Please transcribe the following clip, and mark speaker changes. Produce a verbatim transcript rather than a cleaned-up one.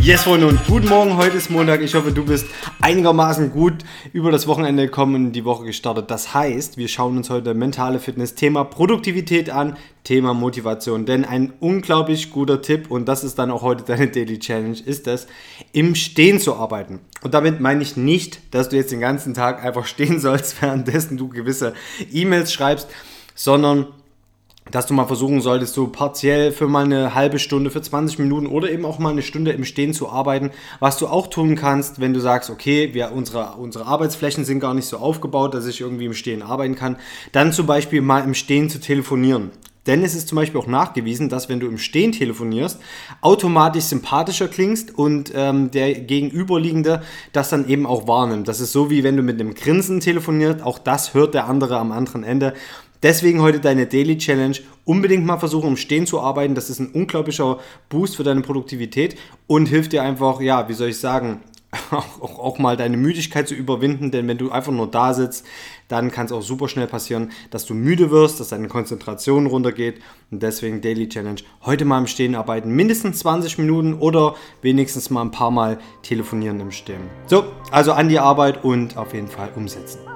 Speaker 1: Yes, Freunde, und guten Morgen, heute ist Montag. Ich hoffe, du bist einigermaßen gut über das Wochenende gekommen und in die Woche gestartet. Das heißt, wir schauen uns heute mentale Fitness, Thema Produktivität an, Thema Motivation. Denn ein unglaublich guter Tipp, und das ist dann auch heute deine Daily Challenge, ist es, im Stehen zu arbeiten. Und damit meine ich nicht, dass du jetzt den ganzen Tag einfach stehen sollst, währenddessen du gewisse E-Mails schreibst, sondern dass du mal versuchen solltest, so partiell für mal eine halbe Stunde, für zwanzig Minuten oder eben auch mal eine Stunde im Stehen zu arbeiten. Was du auch tun kannst, wenn du sagst, okay, wir, unsere, unsere Arbeitsflächen sind gar nicht so aufgebaut, dass ich irgendwie im Stehen arbeiten kann, dann zum Beispiel mal im Stehen zu telefonieren. Denn es ist zum Beispiel auch nachgewiesen, dass wenn du im Stehen telefonierst, automatisch sympathischer klingst und ähm, der Gegenüberliegende das dann eben auch wahrnimmt. Das ist so, wie wenn du mit einem Grinsen telefonierst, auch das hört der andere am anderen Ende. Deswegen heute deine Daily Challenge, unbedingt mal versuchen, im Stehen zu arbeiten. Das ist ein unglaublicher Boost für deine Produktivität und hilft dir einfach, ja, wie soll ich sagen, auch, auch mal deine Müdigkeit zu überwinden. Denn wenn du einfach nur da sitzt, dann kann es auch super schnell passieren, dass du müde wirst, dass deine Konzentration runtergeht. Und deswegen Daily Challenge, heute mal im Stehen arbeiten, mindestens zwanzig Minuten oder wenigstens mal ein paar Mal telefonieren im Stehen. So, also an die Arbeit und auf jeden Fall umsetzen.